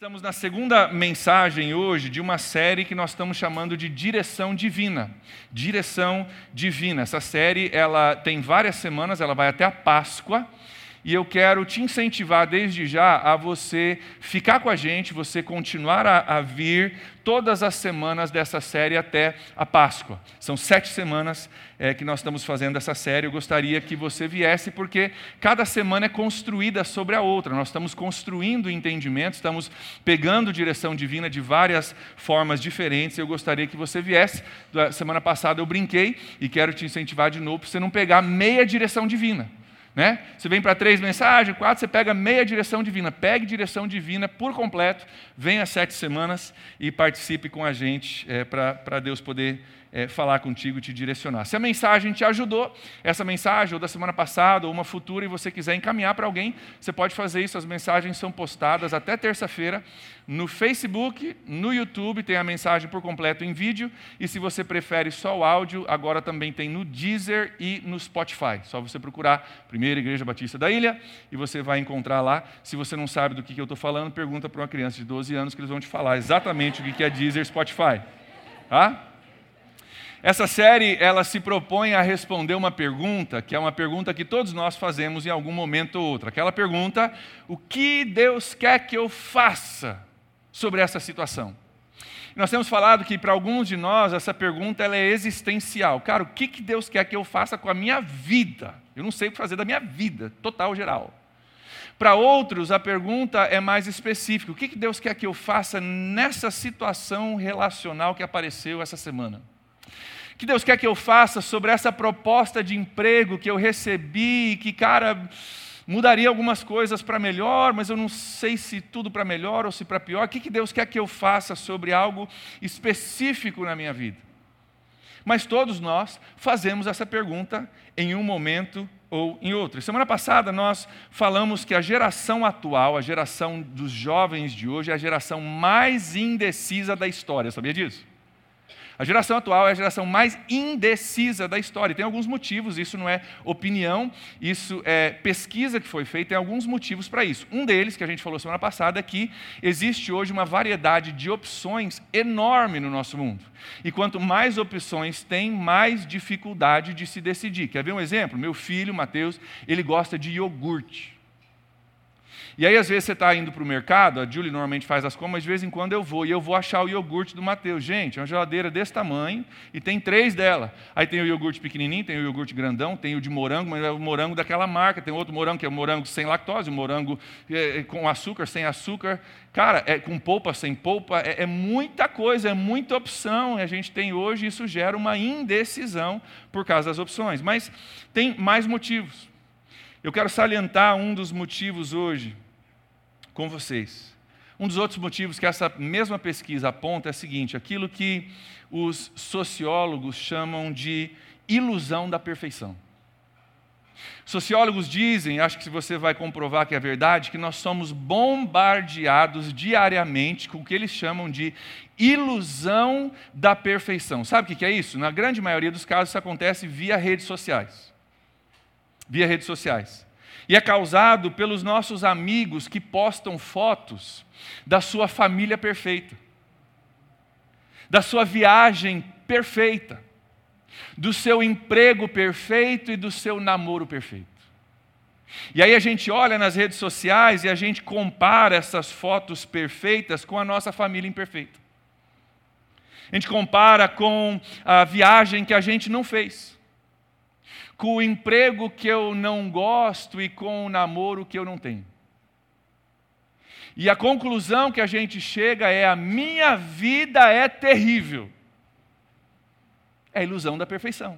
Estamos na segunda mensagem hoje de uma série que nós estamos chamando de Direção Divina. Direção Divina. Essa série ela tem várias semanas, ela vai até a Páscoa. E eu quero te incentivar desde já a você ficar com a gente, você continuar a vir todas as semanas dessa série até a Páscoa. São 7 semanas que nós estamos fazendo essa série. Eu gostaria que você viesse, porque cada semana é construída sobre a outra. Nós estamos construindo entendimento, estamos pegando direção divina de várias formas diferentes. Eu gostaria que você viesse. Da semana passada eu brinquei e quero te incentivar de novo para você não pegar meia direção divina. Né? Você vem para 3 mensagens, 4, você pega meia direção divina. Pegue direção divina por completo, venha 7 semanas e participe com a gente para Deus poder falar contigo e te direcionar. Se a mensagem te ajudou, essa mensagem ou da semana passada ou uma futura, e você quiser encaminhar para alguém, você pode fazer isso. As mensagens são postadas até terça-feira no Facebook, no YouTube, tem a mensagem por completo em vídeo, e se você prefere só o áudio, agora também tem no Deezer e no Spotify. Só você procurar Primeira Igreja Batista da Ilha e você vai encontrar lá. Se você não sabe do que eu estou falando, pergunta para uma criança de 12 anos que eles vão te falar exatamente o que é Deezer e Spotify. Tá? Essa série, ela se propõe a responder uma pergunta, que é uma pergunta que todos nós fazemos em algum momento ou outro. Aquela pergunta, o que Deus quer que eu faça sobre essa situação? Nós temos falado que para alguns de nós essa pergunta ela é existencial. Cara, o que Deus quer que eu faça com a minha vida? Eu não sei o que fazer da minha vida, total, geral. Para outros, a pergunta é mais específica. O que Deus quer que eu faça nessa situação relacional que apareceu essa semana? O que Deus quer que eu faça sobre essa proposta de emprego que eu recebi, que, cara, mudaria algumas coisas para melhor, mas eu não sei se tudo para melhor ou se para pior. O que Deus quer que eu faça sobre algo específico na minha vida? Mas todos nós fazemos essa pergunta em um momento ou em outro. Semana passada nós falamos que a geração atual, a geração dos jovens de hoje, é a geração mais indecisa da história. Sabia disso? A geração atual é a geração mais indecisa da história. E tem alguns motivos, isso não é opinião, isso é pesquisa que foi feita, tem alguns motivos para isso. Um deles, que a gente falou semana passada, é que existe hoje uma variedade de opções enorme no nosso mundo. E quanto mais opções tem, mais dificuldade de se decidir. Quer ver um exemplo? Meu filho, Mateus, ele gosta de iogurte. E aí, às vezes, você está indo para o mercado, a Julie normalmente faz as compras, mas de vez em quando eu vou, e eu vou achar o iogurte do Mateus. Gente, é uma geladeira desse tamanho, e tem 3 dela. Aí tem o iogurte pequenininho, tem o iogurte grandão, tem o de morango, mas é o morango daquela marca. Tem outro morango, que é o morango sem lactose, o morango com açúcar, sem açúcar. Cara, com polpa, sem polpa, é muita coisa, é muita opção. A gente tem hoje, isso gera uma indecisão por causa das opções. Mas tem mais motivos. Eu quero salientar um dos motivos hoje com vocês. Um dos outros motivos que essa mesma pesquisa aponta é o seguinte: aquilo que os sociólogos chamam de ilusão da perfeição. Sociólogos dizem, acho que você vai comprovar que é verdade, que nós somos bombardeados diariamente com o que eles chamam de ilusão da perfeição. Sabe o que é isso? Na grande maioria dos casos isso acontece via redes sociais. Via redes sociais. E é causado pelos nossos amigos que postam fotos da sua família perfeita, da sua viagem perfeita, do seu emprego perfeito e do seu namoro perfeito. E aí a gente olha nas redes sociais e a gente compara essas fotos perfeitas com a nossa família imperfeita. A gente compara com a viagem que a gente não fez, com o emprego que eu não gosto e com o namoro que eu não tenho. E a conclusão que a gente chega é: a minha vida é terrível. É a ilusão da perfeição.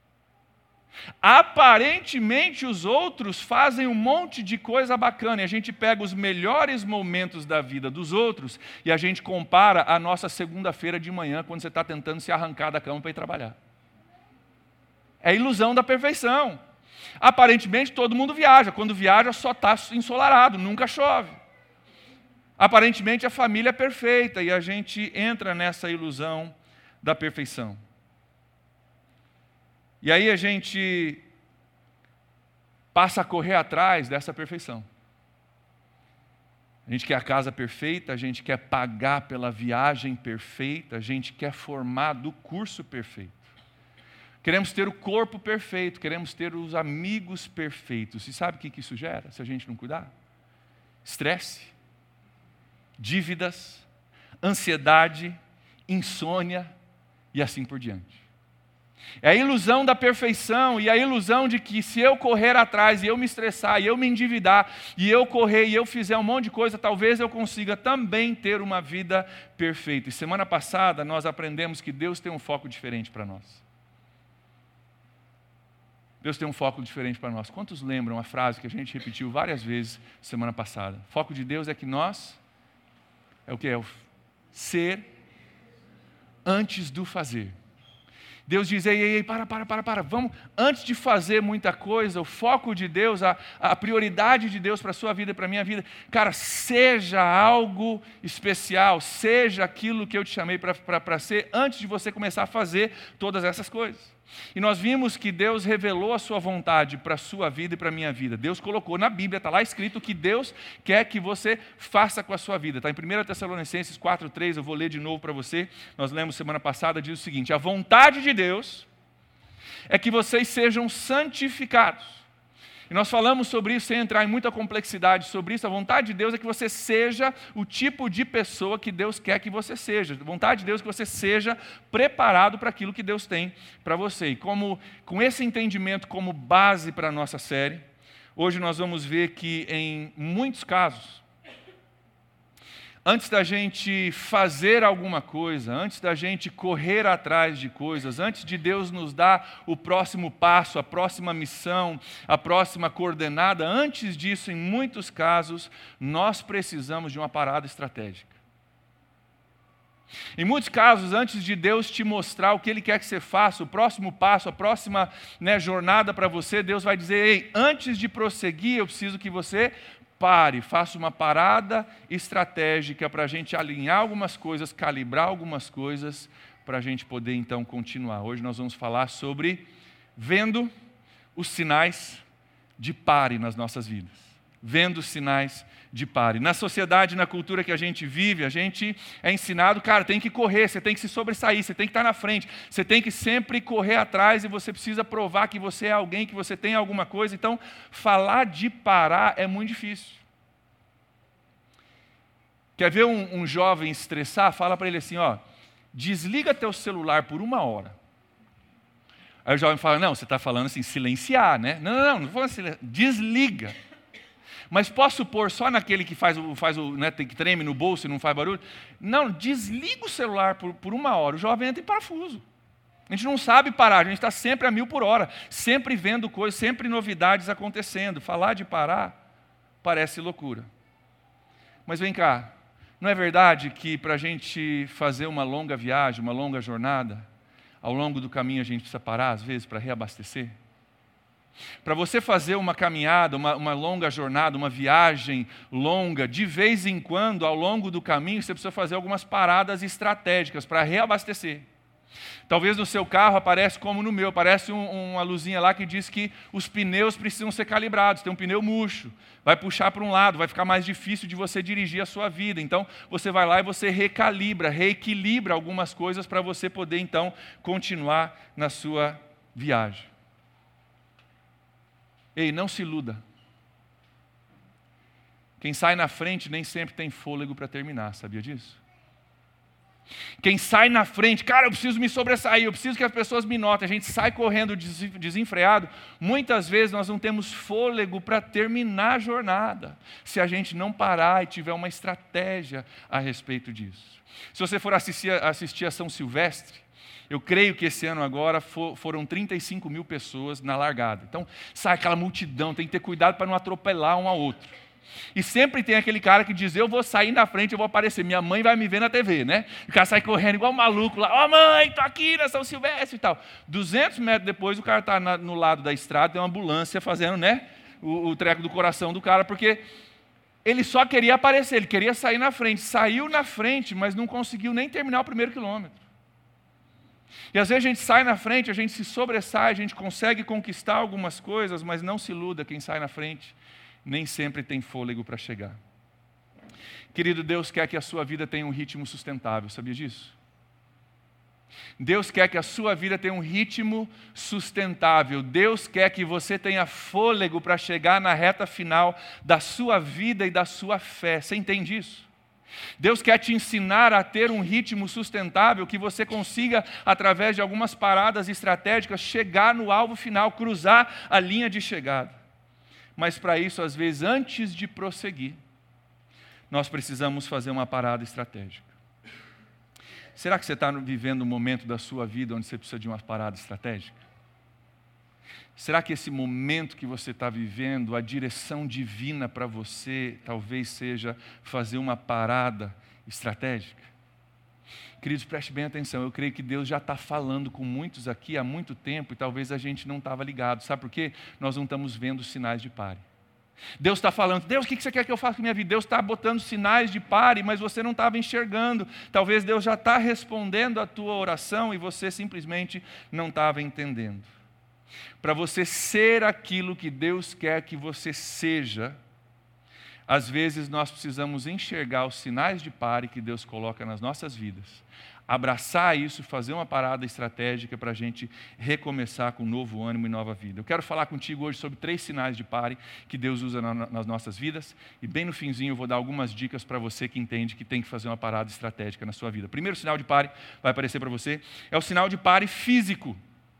Aparentemente os outros fazem um monte de coisa bacana, e a gente pega os melhores momentos da vida dos outros e a gente compara a nossa segunda-feira de manhã, quando você está tentando se arrancar da cama para ir trabalhar. É a ilusão da perfeição. Aparentemente todo mundo viaja. Quando viaja só está ensolarado, nunca chove. Aparentemente a família é perfeita e a gente entra nessa ilusão da perfeição. E aí a gente passa a correr atrás dessa perfeição. A gente quer a casa perfeita, a gente quer pagar pela viagem perfeita, a gente quer formar do curso perfeito. Queremos ter o corpo perfeito, queremos ter os amigos perfeitos. E sabe o que isso gera, se a gente não cuidar? Estresse, dívidas, ansiedade, insônia e assim por diante. É a ilusão da perfeição e a ilusão de que se eu correr atrás e eu me estressar e eu me endividar e eu correr e eu fizer um monte de coisa, talvez eu consiga também ter uma vida perfeita. E semana passada nós aprendemos que Deus tem um foco diferente para nós. Deus tem um foco diferente para nós. Quantos lembram a frase que a gente repetiu várias vezes semana passada? O foco de Deus é que nós, é o que? É o ser antes do fazer. Deus diz, ei, para, vamos, antes de fazer muita coisa, o foco de Deus, a prioridade de Deus para a sua vida e para a minha vida, cara, seja algo especial, seja aquilo que eu te chamei para ser, antes de você começar a fazer todas essas coisas. E nós vimos que Deus revelou a sua vontade para a sua vida e para a minha vida. Deus colocou na Bíblia, está lá escrito o que Deus quer que você faça com a sua vida. Está em 1 Tessalonicenses 4:3, eu vou ler de novo para você. Nós lemos semana passada, diz o seguinte: a vontade de Deus é que vocês sejam santificados. E nós falamos sobre isso sem entrar em muita complexidade sobre isso. A vontade de Deus é que você seja o tipo de pessoa que Deus quer que você seja. A vontade de Deus é que você seja preparado para aquilo que Deus tem para você. E com esse entendimento como base para a nossa série, hoje nós vamos ver que em muitos casos, antes da gente fazer alguma coisa, antes da gente correr atrás de coisas, antes de Deus nos dar o próximo passo, a próxima missão, a próxima coordenada, antes disso, em muitos casos, nós precisamos de uma parada estratégica. Em muitos casos, antes de Deus te mostrar o que Ele quer que você faça, o próximo passo, a próxima jornada para você, Deus vai dizer, ei, antes de prosseguir, eu preciso que você pare, faça uma parada estratégica para a gente alinhar algumas coisas, calibrar algumas coisas, para a gente poder então continuar. Hoje nós vamos falar sobre vendo os sinais de pare nas nossas vidas. Vendo os sinais de pare. Na sociedade, na cultura que a gente vive, a gente é ensinado, cara, tem que correr, você tem que se sobressair, você tem que estar na frente, você tem que sempre correr atrás e você precisa provar que você é alguém, que você tem alguma coisa. Então, falar de parar é muito difícil. Quer ver um jovem estressar? Fala para ele assim, ó, desliga teu celular por 1 hora. Aí o jovem fala, não, você está falando assim, silenciar, né? Não vou falando silenciar, desliga. Mas posso pôr só naquele que faz o né, que treme no bolso e não faz barulho? Não, desliga o celular por 1 hora. O jovem entra em parafuso. A gente não sabe parar, a gente está sempre a 1000 por hora, sempre vendo coisas, sempre novidades acontecendo. Falar de parar parece loucura. Mas vem cá, não é verdade que para a gente fazer uma longa viagem, uma longa jornada, ao longo do caminho a gente precisa parar às vezes para reabastecer? Para você fazer uma caminhada, uma longa jornada, uma viagem longa, de vez em quando, ao longo do caminho, você precisa fazer algumas paradas estratégicas para reabastecer. Talvez no seu carro aparece como no meu, aparece uma luzinha lá que diz que os pneus precisam ser calibrados, tem um pneu murcho, vai puxar para um lado, vai ficar mais difícil de você dirigir a sua vida. Então, você vai lá e você recalibra, reequilibra algumas coisas para você poder, então, continuar na sua viagem. Ei, não se iluda. Quem sai na frente nem sempre tem fôlego para terminar, sabia disso? Quem sai na frente, cara, eu preciso me sobressair, eu preciso que as pessoas me notem, a gente sai correndo desenfreado, muitas vezes nós não temos fôlego para terminar a jornada, se a gente não parar e tiver uma estratégia a respeito disso. Se você for assistir a São Silvestre, eu creio que esse ano agora foram 35 mil pessoas na largada. Então, sai aquela multidão, tem que ter cuidado para não atropelar um ao outro. E sempre tem aquele cara que diz, eu vou sair na frente, eu vou aparecer, minha mãe vai me ver na TV, né? O cara sai correndo igual um maluco lá, ó mãe, tô aqui na São Silvestre e tal. 200 metros depois, o cara está no lado da estrada, tem uma ambulância fazendo, né? O treco do coração do cara, porque ele só queria aparecer, ele queria sair na frente. Saiu na frente, mas não conseguiu nem terminar o primeiro quilômetro. E às vezes a gente sai na frente, a gente se sobressai, a gente consegue conquistar algumas coisas, mas não se iluda, quem sai na frente nem sempre tem fôlego para chegar. Querido, Deus quer que a sua vida tenha um ritmo sustentável, sabia disso? Deus quer que a sua vida tenha um ritmo sustentável. Deus quer que você tenha fôlego para chegar na reta final da sua vida e da sua fé. Você entende isso? Deus quer te ensinar a ter um ritmo sustentável, que você consiga, através de algumas paradas estratégicas, chegar no alvo final, cruzar a linha de chegada. Mas para isso, às vezes, antes de prosseguir, nós precisamos fazer uma parada estratégica. Será que você está vivendo um momento da sua vida onde você precisa de uma parada estratégica? Será que esse momento que você está vivendo, a direção divina para você, talvez seja fazer uma parada estratégica? Queridos, preste bem atenção, eu creio que Deus já está falando com muitos aqui há muito tempo e talvez a gente não estava ligado. Sabe por quê? Nós não estamos vendo sinais de pare. Deus está falando, Deus, o que você quer que eu faça com a minha vida? Deus está botando sinais de pare, mas você não estava enxergando. Talvez Deus já está respondendo a tua oração e você simplesmente não estava entendendo. Para você ser aquilo que Deus quer que você seja, às vezes nós precisamos enxergar os sinais de pare que Deus coloca nas nossas vidas, abraçar isso, fazer uma parada estratégica para a gente recomeçar com novo ânimo e nova vida. Eu quero falar contigo hoje sobre 3 sinais de pare que Deus usa nas nossas vidas, e bem no finzinho eu vou dar algumas dicas para você que entende que tem que fazer uma parada estratégica na sua vida. O primeiro sinal de pare, vai aparecer para você, é o sinal de pare físico.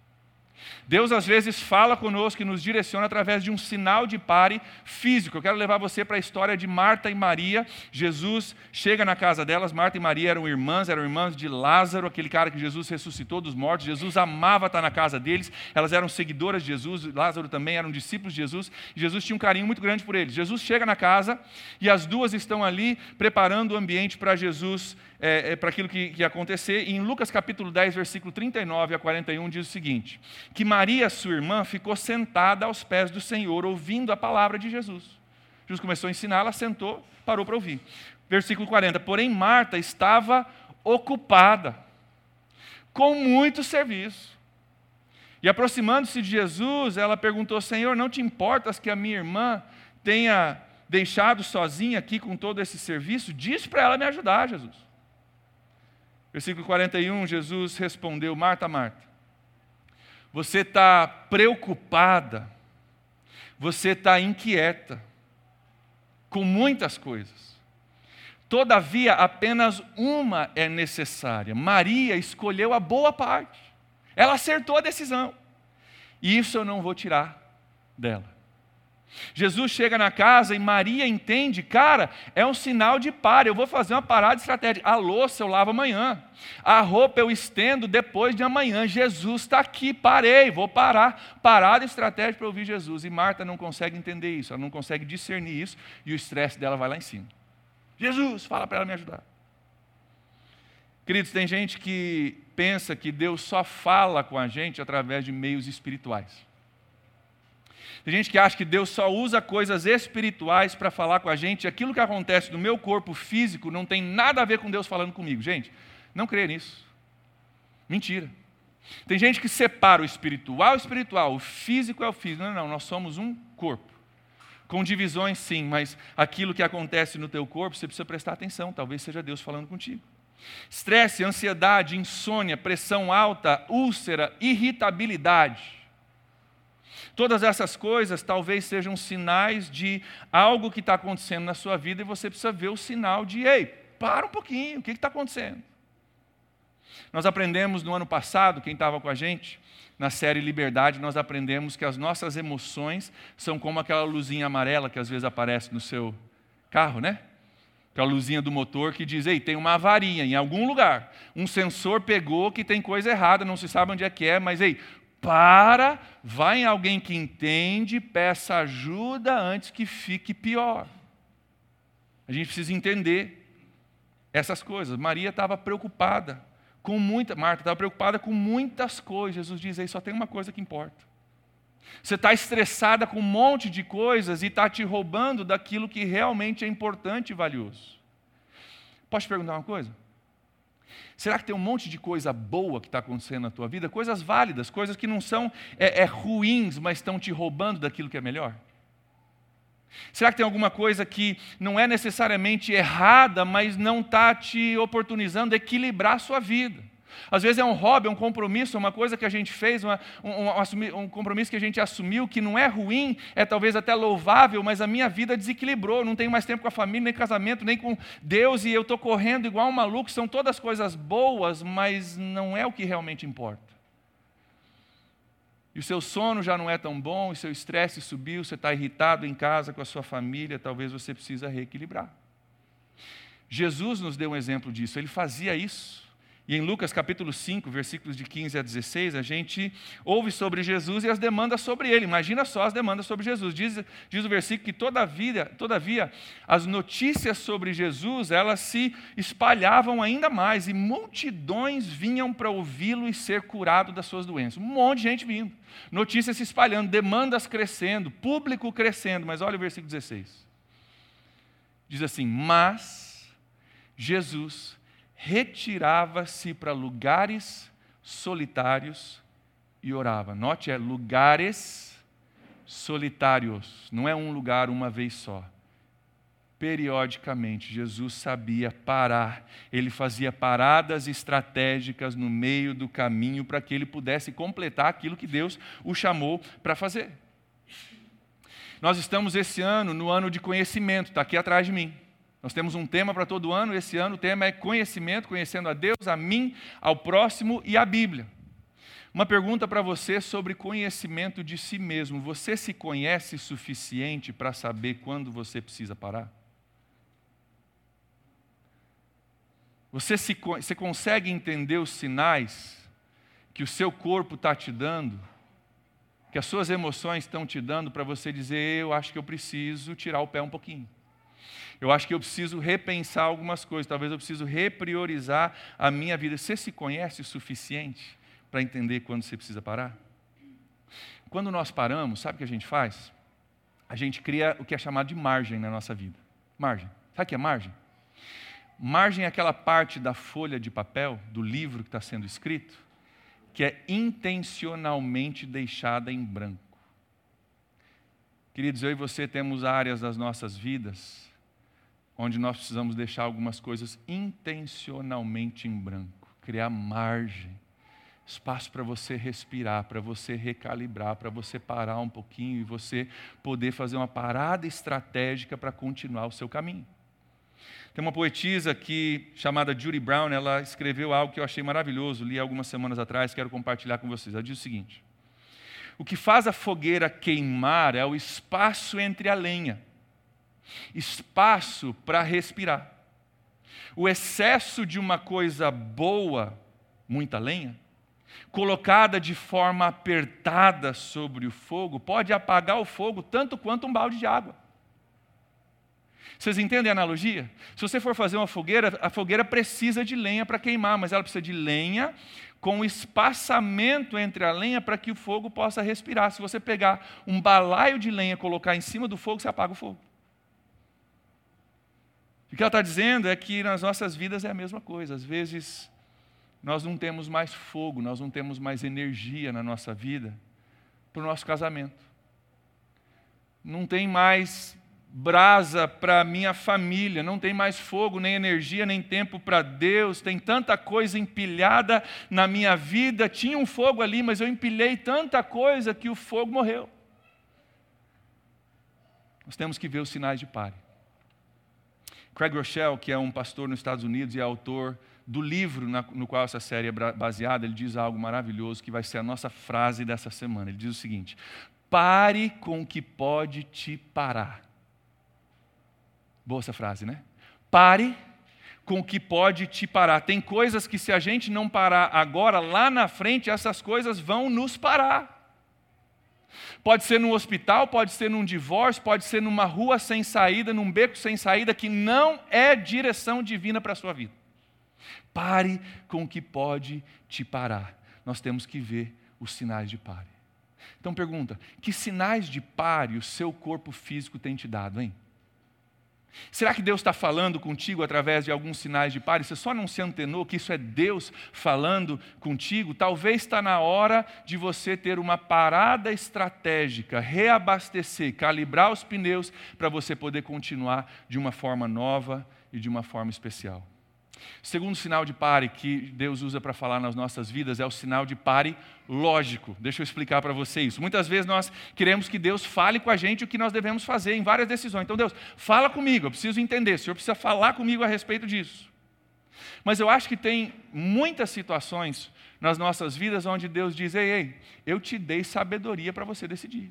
Deus às vezes fala conosco e nos direciona através de um sinal de pare físico. Eu quero levar você para a história de Marta e Maria. Jesus chega na casa delas. Marta e Maria eram irmãs de Lázaro, aquele cara que Jesus ressuscitou dos mortos. Jesus amava estar na casa deles, elas eram seguidoras de Jesus, Lázaro também eram discípulos de Jesus, e Jesus tinha um carinho muito grande por eles. Jesus chega na casa e as duas estão ali preparando o ambiente para Jesus, para aquilo que ia acontecer. E em Lucas capítulo 10, versículo 39 a 41 diz o seguinte, que Maria, sua irmã, ficou sentada aos pés do Senhor, ouvindo a palavra de Jesus. Jesus começou a ensinar, ela sentou, parou para ouvir. Versículo 40, porém Marta estava ocupada com muito serviço. E aproximando-se de Jesus, ela perguntou, Senhor, não te importas que a minha irmã tenha deixado sozinha aqui com todo esse serviço? Diz para ela me ajudar, Jesus. Versículo 41, Jesus respondeu, Marta, Marta, você está preocupada, você está inquieta com muitas coisas. Todavia, apenas uma é necessária. Maria escolheu a boa parte. Ela acertou a decisão. E isso eu não vou tirar dela. Jesus chega na casa e Maria entende, cara, é um sinal de pare, eu vou fazer uma parada estratégica. A louça eu lavo amanhã, a roupa eu estendo depois de amanhã. Jesus está aqui, parei, vou parar. Parada estratégica para ouvir Jesus. E Marta não consegue entender isso, ela não consegue discernir isso e o estresse dela vai lá em cima. Jesus, fala para ela me ajudar. Queridos, tem gente que pensa que Deus só fala com a gente através de meios espirituais. Tem gente que acha que Deus só usa coisas espirituais para falar com a gente. Aquilo que acontece no meu corpo físico não tem nada a ver com Deus falando comigo. Gente, não crê nisso. Mentira. Tem gente que separa o espiritual, o físico é o físico. Não, nós somos um corpo. Com divisões sim, mas aquilo que acontece no teu corpo, você precisa prestar atenção. Talvez seja Deus falando contigo. Estresse, ansiedade, insônia, pressão alta, úlcera, irritabilidade. Todas essas coisas talvez sejam sinais de algo que está acontecendo na sua vida e você precisa ver o sinal de, ei, para um pouquinho, o que está acontecendo? Nós aprendemos no ano passado, quem estava com a gente, na série Liberdade, nós aprendemos que as nossas emoções são como aquela luzinha amarela que às vezes aparece no seu carro, né? Aquela luzinha do motor que diz, ei, tem uma avaria em algum lugar. Um sensor pegou que tem coisa errada, não se sabe onde é que é, mas ei, vai em alguém que entende, peça ajuda antes que fique pior. A gente precisa entender essas coisas. Maria estava preocupada Marta estava preocupada com muitas coisas. Jesus diz aí, só tem uma coisa que importa. Você está estressada com um monte de coisas e está te roubando daquilo que realmente é importante e valioso. Posso te perguntar uma coisa? Será que tem um monte de coisa boa que está acontecendo na tua vida? Coisas válidas, coisas que não são ruins, mas estão te roubando daquilo que é melhor? Será que tem alguma coisa que não é necessariamente errada, mas não está te oportunizando equilibrar a sua vida? Às vezes é um hobby, um compromisso, uma coisa que a gente fez, um compromisso que a gente assumiu, que não é ruim, é talvez até louvável, mas a minha vida desequilibrou, eu não tenho mais tempo com a família, nem casamento, nem com Deus, e eu estou correndo igual um maluco. São todas coisas boas, mas não é o que realmente importa. E o seu sono já não é tão bom, o seu estresse subiu, você está irritado em casa com a sua família, talvez você precisa reequilibrar. Jesus nos deu um exemplo disso, ele fazia isso. E em Lucas capítulo 5, versículos de 15 a 16, a gente ouve sobre Jesus e as demandas sobre ele. Imagina só as demandas sobre Jesus. Diz o versículo que todavia, as notícias sobre Jesus, elas se espalhavam ainda mais e multidões vinham para ouvi-lo e ser curado das suas doenças. Um monte de gente vindo. Notícias se espalhando, demandas crescendo, público crescendo. Mas olha o versículo 16. Diz assim, mas Jesus retirava-se para lugares solitários e orava. Note, é lugares solitários. Não é um lugar uma vez só. Periodicamente, Jesus sabia parar. Ele fazia paradas estratégicas no meio do caminho para que ele pudesse completar aquilo que Deus o chamou para fazer. Nós estamos esse ano no ano de conhecimento, está aqui atrás de mim. Nós temos um tema para todo ano, esse ano o tema é conhecimento, conhecendo a Deus, a mim, ao próximo e a Bíblia. Uma pergunta para você sobre conhecimento de si mesmo. Você se conhece suficiente para saber quando você precisa parar? Você consegue entender os sinais que o seu corpo está te dando, que as suas emoções estão te dando para você dizer, eu acho que eu preciso tirar o pé um pouquinho. Eu acho que eu preciso repensar algumas coisas, talvez eu preciso repriorizar a minha vida. Você se conhece o suficiente para entender quando você precisa parar? Quando nós paramos, sabe o que a gente faz? A gente cria o que é chamado de margem na nossa vida. Margem. Sabe o que é margem? Margem é aquela parte da folha de papel, do livro que está sendo escrito, que é intencionalmente deixada em branco. Queridos, eu e você temos áreas das nossas vidas onde nós precisamos deixar algumas coisas intencionalmente em branco, criar margem, espaço para você respirar, para você recalibrar, para você parar um pouquinho e você poder fazer uma parada estratégica para continuar o seu caminho. Tem uma poetisa chamada Judy Brown, ela escreveu algo que eu achei maravilhoso, li algumas semanas atrás, quero compartilhar com vocês. Ela diz o seguinte: o que faz a fogueira queimar é o espaço entre a lenha, espaço para respirar. O excesso de uma coisa boa, muita lenha, colocada de forma apertada sobre o fogo, pode apagar o fogo tanto quanto um balde de água. Vocês entendem a analogia? Se você for fazer uma fogueira, a fogueira precisa de lenha para queimar, mas ela precisa de lenha com espaçamento entre a lenha para que o fogo possa respirar. Se você pegar um balaio de lenha e colocar em cima do fogo, você apaga o fogo. O que ela está dizendo é que nas nossas vidas é a mesma coisa. Às vezes, nós não temos mais fogo, nós não temos mais energia na nossa vida para o nosso casamento. Não tem mais brasa para a minha família, não tem mais fogo, nem energia, nem tempo para Deus. Tem tanta coisa empilhada na minha vida. Tinha um fogo ali, mas eu empilhei tanta coisa que o fogo morreu. Nós temos que ver os sinais de pare. Craig Rochelle, que é um pastor nos Estados Unidos e é autor do livro no qual essa série é baseada, ele diz algo maravilhoso que vai ser a nossa frase dessa semana. Ele diz o seguinte: pare com o que pode te parar. Boa essa frase, né? Pare com o que pode te parar. Tem coisas que se a gente não parar agora, lá na frente, essas coisas vão nos parar. Pode ser num hospital, pode ser num divórcio, pode ser numa rua sem saída, num beco sem saída, que não é direção divina para a sua vida. Pare com o que pode te parar. Nós temos que ver os sinais de pare. Então pergunta, que sinais de pare o seu corpo físico tem te dado, hein? Será que Deus está falando contigo através de alguns sinais de pare? Você só não se antenou que isso é Deus falando contigo? Talvez está na hora de você ter uma parada estratégica, reabastecer, calibrar os pneus para você poder continuar de uma forma nova e de uma forma especial. O segundo sinal de pare que Deus usa para falar nas nossas vidas é o sinal de pare lógico. Deixa eu explicar para você isso. Muitas vezes nós queremos que Deus fale com a gente o que nós devemos fazer em várias decisões. Então, Deus, fala comigo, eu preciso entender, o Senhor precisa falar comigo a respeito disso. Mas eu acho que tem muitas situações nas nossas vidas onde Deus diz, ei, eu te dei sabedoria para você decidir.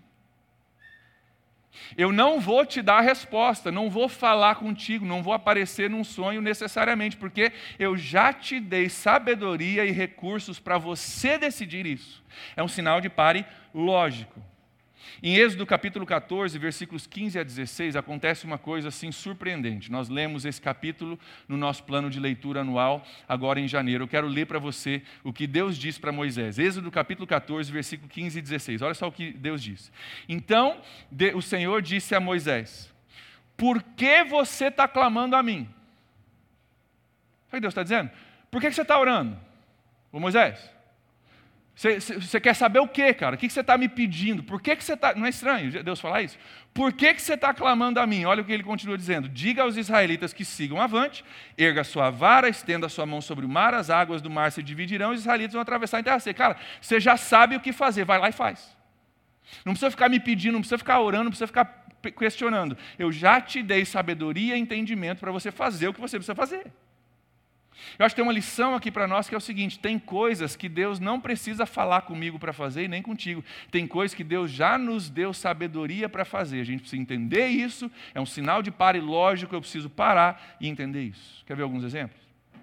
Eu não vou te dar a resposta, não vou falar contigo, não vou aparecer num sonho necessariamente, porque eu já te dei sabedoria e recursos para você decidir isso. É um sinal de pare lógico. Em Êxodo capítulo 14, versículos 15 a 16, acontece uma coisa assim surpreendente. Nós lemos esse capítulo no nosso plano de leitura anual, agora em janeiro. Eu quero ler para você o que Deus diz para Moisés. Êxodo capítulo 14, versículo 15 e 16. Olha só o que Deus diz. Então, o Senhor disse a Moisés, por que você está clamando a mim? Sabe o que Deus está dizendo? Por que você está orando? Ô Moisés, você quer saber o quê, cara? O que você está me pedindo? Por que você está... Não é estranho Deus falar isso? Por que você está clamando a mim? Olha o que ele continua dizendo. Diga aos israelitas que sigam avante, erga a sua vara, estenda a sua mão sobre o mar, as águas do mar se dividirão e os israelitas vão atravessar em terra seca. Cara, você já sabe o que fazer, vai lá e faz. Não precisa ficar me pedindo, não precisa ficar orando, não precisa ficar questionando. Eu já te dei sabedoria e entendimento para você fazer o que você precisa fazer. Eu acho que tem uma lição aqui para nós que é o seguinte, tem coisas que Deus não precisa falar comigo para fazer e nem contigo. Tem coisas que Deus já nos deu sabedoria para fazer. A gente precisa entender isso, é um sinal de pare lógico, eu preciso parar e entender isso. Quer ver alguns exemplos?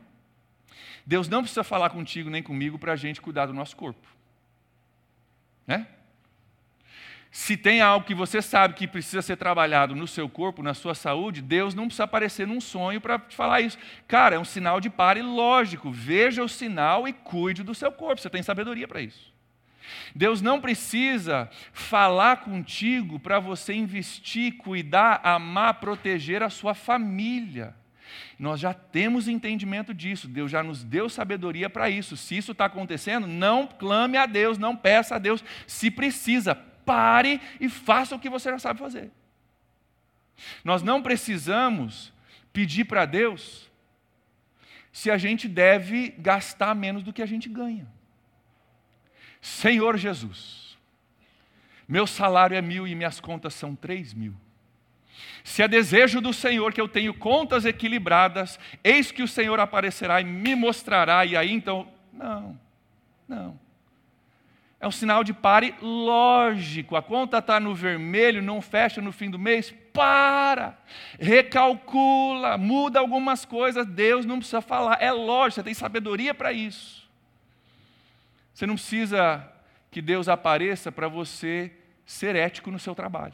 Deus não precisa falar contigo nem comigo para a gente cuidar do nosso corpo. Né? Se tem algo que você sabe que precisa ser trabalhado no seu corpo, na sua saúde, Deus não precisa aparecer num sonho para te falar isso. Cara, é um sinal de pare lógico. Veja o sinal e cuide do seu corpo. Você tem sabedoria para isso. Deus não precisa falar contigo para você investir, cuidar, amar, proteger a sua família. Nós já temos entendimento disso. Deus já nos deu sabedoria para isso. Se isso está acontecendo, não clame a Deus, não peça a Deus. Se precisa, pare e faça o que você já sabe fazer. Nós não precisamos pedir para Deus se a gente deve gastar menos do que a gente ganha. Senhor Jesus, meu salário é 1.000 e minhas contas são 3.000. Se é desejo do Senhor que eu tenho contas equilibradas, eis que o Senhor aparecerá e me mostrará, e aí então... Não. É um sinal de pare lógico. A conta está no vermelho, não fecha no fim do mês. Para, recalcula, muda algumas coisas. Deus não precisa falar. É lógico, você tem sabedoria para isso. Você não precisa que Deus apareça para você ser ético no seu trabalho.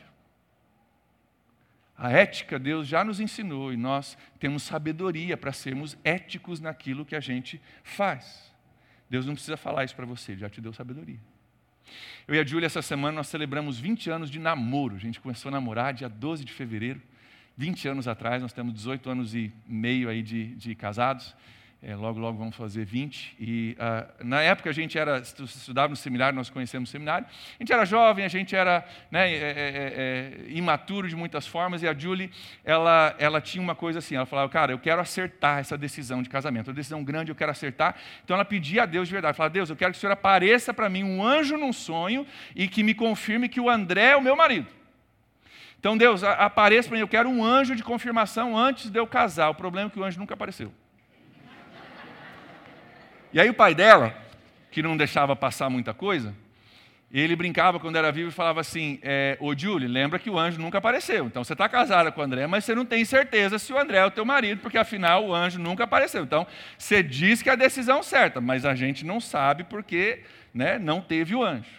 A ética Deus já nos ensinou e nós temos sabedoria para sermos éticos naquilo que a gente faz. Deus não precisa falar isso para você, Ele já te deu sabedoria. Eu e a Júlia, essa semana, nós celebramos 20 anos de namoro. A gente começou a namorar dia 12 de fevereiro. 20 anos atrás, nós temos 18 anos e meio aí de casados. Logo vamos fazer 20. E na época a gente estudava no seminário, nós conhecemos o seminário. A gente era jovem, a gente era imaturo de muitas formas. E a Julie, ela tinha uma coisa assim, ela falava, cara, eu quero acertar essa decisão de casamento. É uma decisão grande, eu quero acertar. Então ela pedia a Deus de verdade. Falava, Deus, eu quero que o Senhor apareça para mim um anjo num sonho e que me confirme que o André é o meu marido. Então Deus, apareça para mim, eu quero um anjo de confirmação antes de eu casar. O problema é que o anjo nunca apareceu. E aí o pai dela, que não deixava passar muita coisa, ele brincava quando era vivo e falava assim, ô Julie, lembra que o anjo nunca apareceu. Então você está casada com o André, mas você não tem certeza se o André é o teu marido, porque afinal o anjo nunca apareceu. Então você diz que é a decisão certa, mas a gente não sabe porque não teve o anjo.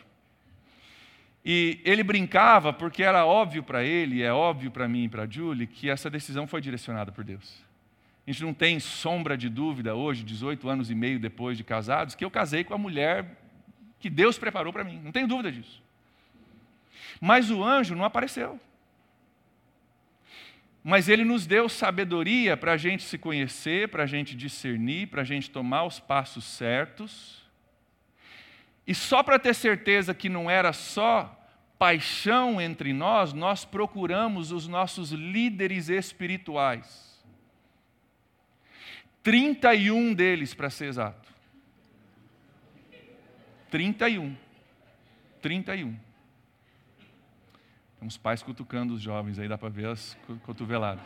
E ele brincava porque era óbvio para ele, é óbvio para mim e para a Julie, que essa decisão foi direcionada por Deus. A gente não tem sombra de dúvida hoje, 18 anos e meio depois de casados, que eu casei com a mulher que Deus preparou para mim. Não tenho dúvida disso. Mas o anjo não apareceu. Mas Ele nos deu sabedoria para a gente se conhecer, para a gente discernir, para a gente tomar os passos certos. E só para ter certeza que não era só paixão entre nós, nós procuramos os nossos líderes espirituais. 31 deles, para ser exato. 31. Tem uns pais cutucando os jovens, aí dá para ver as cotoveladas.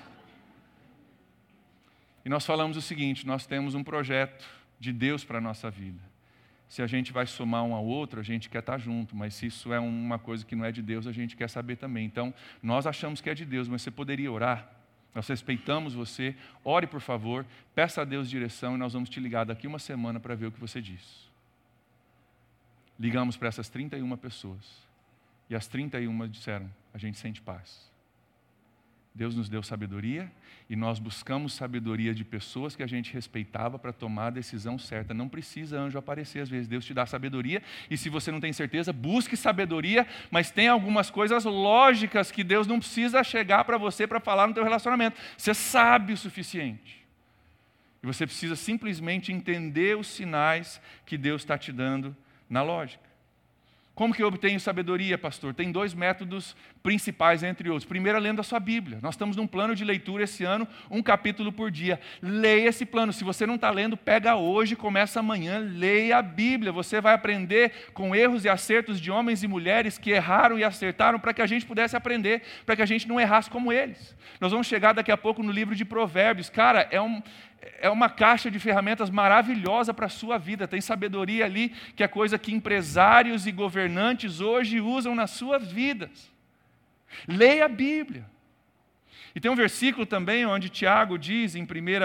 E nós falamos o seguinte, nós temos um projeto de Deus para a nossa vida. Se a gente vai somar um ao outro, a gente quer estar junto, mas se isso é uma coisa que não é de Deus, a gente quer saber também. Então, nós achamos que é de Deus, mas você poderia orar. Nós respeitamos você, ore por favor, peça a Deus direção e nós vamos te ligar daqui uma semana para ver o que você diz. Ligamos para essas 31 pessoas e as 31 disseram, a gente sente paz. Deus nos deu sabedoria e nós buscamos sabedoria de pessoas que a gente respeitava para tomar a decisão certa. Não precisa anjo aparecer às vezes, Deus te dá sabedoria e se você não tem certeza, busque sabedoria, mas tem algumas coisas lógicas que Deus não precisa chegar para você para falar no teu relacionamento. Você sabe o suficiente. E você precisa simplesmente entender os sinais que Deus está te dando na lógica. Como que eu obtenho sabedoria, pastor? Tem 2 métodos principais, entre outros. Primeiro, lendo a sua Bíblia. Nós estamos num plano de leitura esse ano, 1 capítulo por dia. Leia esse plano. Se você não está lendo, pega hoje, começa amanhã, leia a Bíblia. Você vai aprender com erros e acertos de homens e mulheres que erraram e acertaram para que a gente pudesse aprender, para que a gente não errasse como eles. Nós vamos chegar daqui a pouco no livro de Provérbios. Cara, é uma caixa de ferramentas maravilhosa para a sua vida. Tem sabedoria ali, que é coisa que empresários e governantes hoje usam nas suas vidas. Leia a Bíblia. E tem um versículo também onde Tiago diz,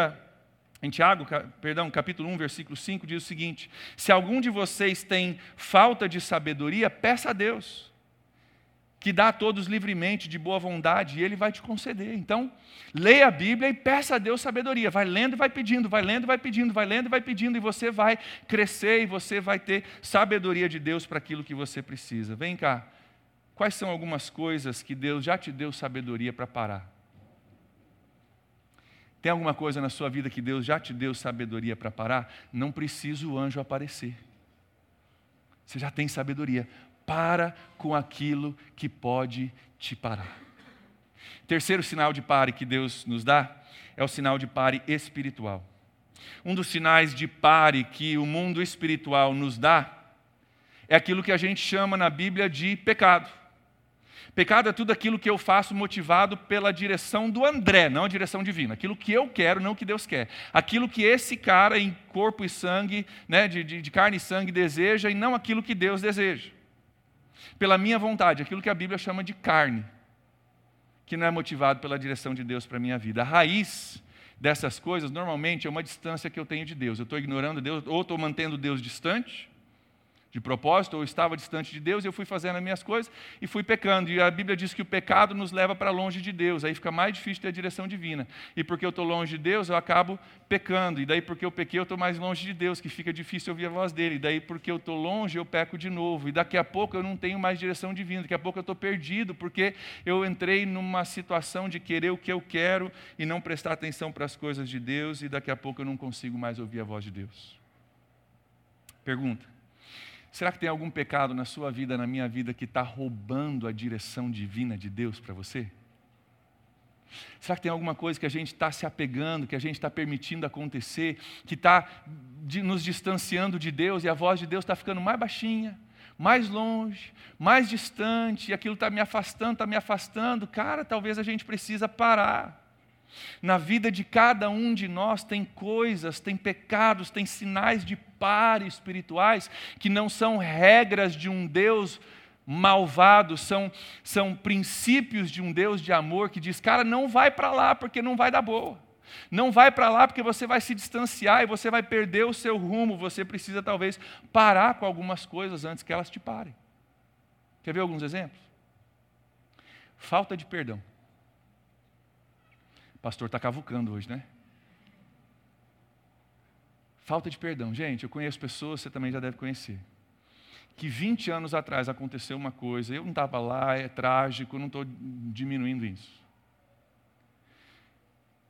capítulo 1, versículo 5, diz o seguinte: se algum de vocês tem falta de sabedoria, peça a Deus, que dá a todos livremente, de boa vontade, e Ele vai te conceder. Então, leia a Bíblia e peça a Deus sabedoria. Vai lendo e vai pedindo, vai lendo e vai pedindo, vai lendo e vai pedindo, e você vai crescer e você vai ter sabedoria de Deus para aquilo que você precisa. Vem cá, quais são algumas coisas que Deus já te deu sabedoria para parar? Tem alguma coisa na sua vida que Deus já te deu sabedoria para parar? Não precisa o anjo aparecer. Você já tem sabedoria. Para com aquilo que pode te parar. Terceiro sinal de pare que Deus nos dá é o sinal de pare espiritual. Um dos sinais de pare que o mundo espiritual nos dá é aquilo que a gente chama na Bíblia de pecado. Pecado é tudo aquilo que eu faço motivado pela direção do André, não a direção divina. Aquilo que eu quero, não o que Deus quer. Aquilo que esse cara em corpo e sangue, né, de carne e sangue deseja e não aquilo que Deus deseja. Pela minha vontade, aquilo que a Bíblia chama de carne, que não é motivado pela direção de Deus para a minha vida. A raiz dessas coisas, normalmente, é uma distância que eu tenho de Deus. Eu estou ignorando Deus, ou estou mantendo Deus distante, de propósito, ou estava distante de Deus, e eu fui fazendo as minhas coisas e fui pecando. E a Bíblia diz que o pecado nos leva para longe de Deus, aí fica mais difícil ter a direção divina. E porque eu estou longe de Deus, eu acabo pecando. E daí porque eu pequei, eu estou mais longe de Deus, que fica difícil ouvir a voz dele. E daí porque eu estou longe, eu peco de novo. E daqui a pouco eu não tenho mais direção divina, daqui a pouco eu estou perdido, porque eu entrei numa situação de querer o que eu quero e não prestar atenção para as coisas de Deus, e daqui a pouco eu não consigo mais ouvir a voz de Deus. Pergunta: será que tem algum pecado na sua vida, na minha vida, que está roubando a direção divina de Deus para você? Será que tem alguma coisa que a gente está se apegando, que a gente está permitindo acontecer, que está nos distanciando de Deus e a voz de Deus está ficando mais baixinha, mais longe, mais distante, e aquilo está me afastando? Cara, talvez a gente precisa parar. Na vida de cada um de nós tem coisas, tem pecados, tem sinais de pare espirituais que não são regras de um Deus malvado, são princípios de um Deus de amor que diz: cara, não vai para lá porque não vai dar boa. Não vai para lá porque você vai se distanciar e você vai perder o seu rumo. Você precisa talvez parar com algumas coisas antes que elas te parem. Quer ver alguns exemplos? Falta de perdão. O pastor está cavucando hoje, né? Falta de perdão. Gente, eu conheço pessoas, você também já deve conhecer, que 20 anos atrás aconteceu uma coisa, eu não estava lá, é trágico, eu não estou diminuindo isso.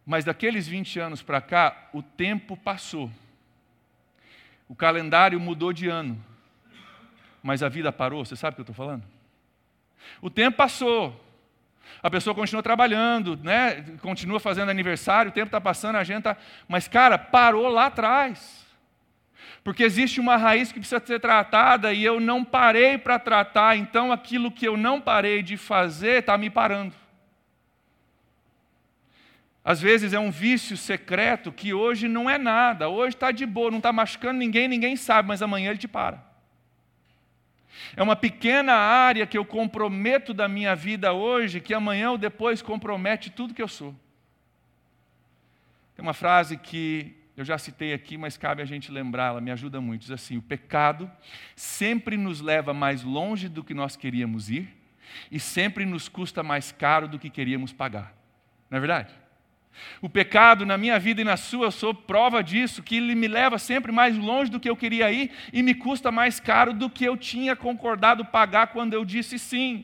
Mas daqueles 20 anos para cá, o tempo passou. O calendário mudou de ano. Mas a vida parou, você sabe o que eu estou falando? O tempo passou. A pessoa continua trabalhando, né? Continua fazendo aniversário, o tempo está passando, a gente está... Mas, cara, parou lá atrás. Porque existe uma raiz que precisa ser tratada e eu não parei para tratar, então aquilo que eu não parei de fazer está me parando. Às vezes é um vício secreto que hoje não é nada, hoje está de boa, não está machucando ninguém, ninguém sabe, mas amanhã ele te para. É uma pequena área que eu comprometo da minha vida hoje, que amanhã ou depois compromete tudo que eu sou. Tem uma frase que eu já citei aqui, mas cabe a gente lembrar, ela me ajuda muito. Diz assim: o pecado sempre nos leva mais longe do que nós queríamos ir e sempre nos custa mais caro do que queríamos pagar. Não é verdade? O pecado na minha vida e na sua, eu sou prova disso, que ele me leva sempre mais longe do que eu queria ir e me custa mais caro do que eu tinha concordado pagar quando eu disse sim.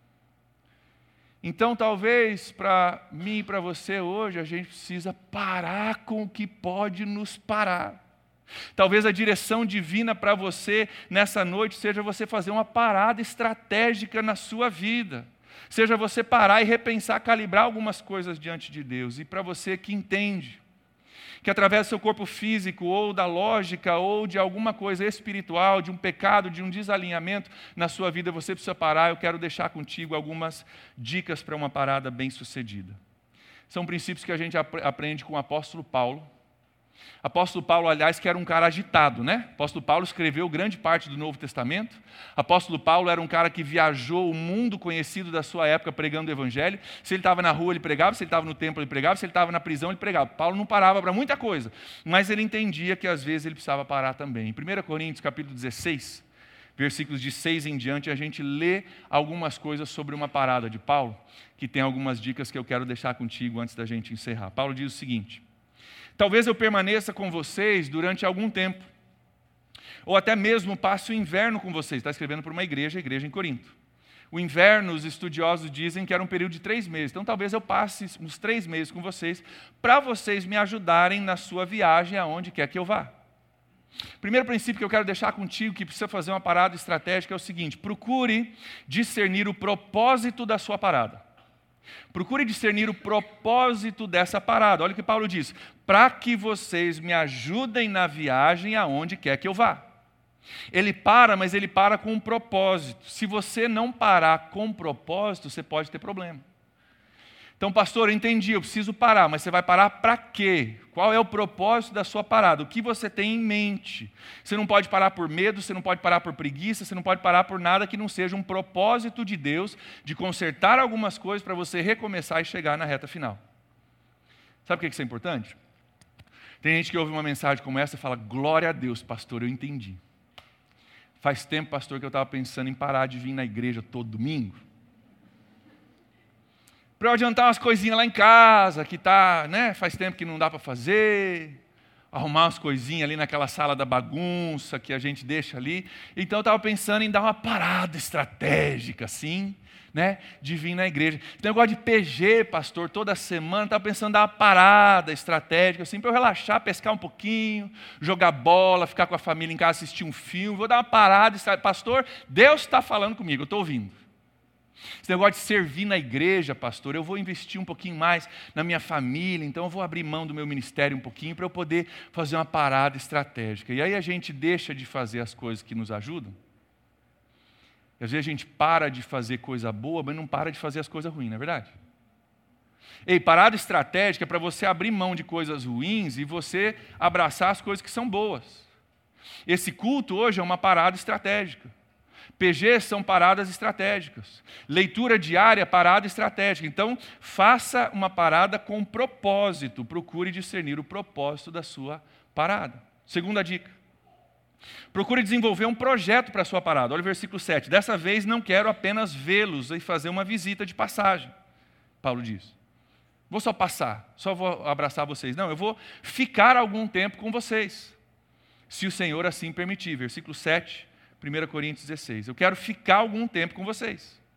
Então, talvez, para mim e para você hoje, a gente precisa parar com o que pode nos parar. Talvez a direção divina para você nessa noite seja você fazer uma parada estratégica na sua vida. Seja você parar e repensar, calibrar algumas coisas diante de Deus. E para você que entende que através do seu corpo físico, ou da lógica, ou de alguma coisa espiritual, de um pecado, de um desalinhamento na sua vida, você precisa parar. Eu quero deixar contigo algumas dicas para uma parada bem-sucedida. São princípios que a gente aprende com o apóstolo Paulo. Apóstolo Paulo, aliás, que era um cara agitado, né? Apóstolo Paulo escreveu grande parte do Novo Testamento. Apóstolo Paulo era um cara que viajou o mundo conhecido da sua época pregando o Evangelho. Se ele estava na rua, ele pregava. Se ele estava no templo, ele pregava. Se ele estava na prisão, ele pregava. Paulo não parava para muita coisa, mas ele entendia que às vezes ele precisava parar também. Em 1 Coríntios, capítulo 16, versículos de 6 em diante, a gente lê algumas coisas sobre uma parada de Paulo, que tem algumas dicas que eu quero deixar contigo antes da gente encerrar. Paulo diz o seguinte: talvez eu permaneça com vocês durante algum tempo, ou até mesmo passe o inverno com vocês. Está escrevendo para uma igreja, a igreja em Corinto. O inverno, os estudiosos dizem que era um período de 3 meses. Então talvez eu passe uns 3 meses com vocês, para vocês me ajudarem na sua viagem aonde quer que eu vá. Primeiro princípio que eu quero deixar contigo, que precisa fazer uma parada estratégica, é o seguinte: procure discernir o propósito da sua parada. Procure discernir o propósito dessa parada. Olha o que Paulo diz: para que vocês me ajudem na viagem aonde quer que eu vá. Ele para, mas ele para com um propósito. Se você não parar com propósito, você pode ter problema. Então, pastor, eu entendi, eu preciso parar, mas você vai parar para quê? Qual é o propósito da sua parada? O que você tem em mente? Você não pode parar por medo, você não pode parar por preguiça, você não pode parar por nada que não seja um propósito de Deus de consertar algumas coisas para você recomeçar e chegar na reta final. Sabe por que isso é importante? Tem gente que ouve uma mensagem como essa e fala: glória a Deus, pastor, eu entendi. Faz tempo, pastor, que eu estava pensando em parar de vir na igreja todo domingo, para eu adiantar umas coisinhas lá em casa, que tá, né, faz tempo que não dá para fazer, arrumar umas coisinhas ali naquela sala da bagunça que a gente deixa ali. Então eu estava pensando em dar uma parada estratégica, assim, né, de vir na igreja. Esse negócio de PG, pastor, toda semana, estava pensando em dar uma parada estratégica, assim, para eu relaxar, pescar um pouquinho, jogar bola, ficar com a família em casa, assistir um filme. Vou dar uma parada estratégica. Pastor, Deus está falando comigo, eu estou ouvindo. Esse negócio de servir na igreja, pastor, eu vou investir um pouquinho mais na minha família, então eu vou abrir mão do meu ministério um pouquinho para eu poder fazer uma parada estratégica. E aí a gente deixa de fazer as coisas que nos ajudam. E às vezes a gente para de fazer coisa boa, mas não para de fazer as coisas ruins, não é verdade? Ei, parada estratégica é para você abrir mão de coisas ruins e você abraçar as coisas que são boas. Esse culto hoje é uma parada estratégica. PG são paradas estratégicas. Leitura diária, parada estratégica. Então, faça uma parada com propósito. Procure discernir o propósito da sua parada. Segunda dica: procure desenvolver um projeto para a sua parada. Olha o versículo 7. Dessa vez não quero apenas vê-los e fazer uma visita de passagem. Paulo diz: vou só passar, só vou abraçar vocês. Não, eu vou ficar algum tempo com vocês, se o Senhor assim permitir. Versículo 7. 1 Coríntios 16. Eu quero ficar algum tempo com vocês.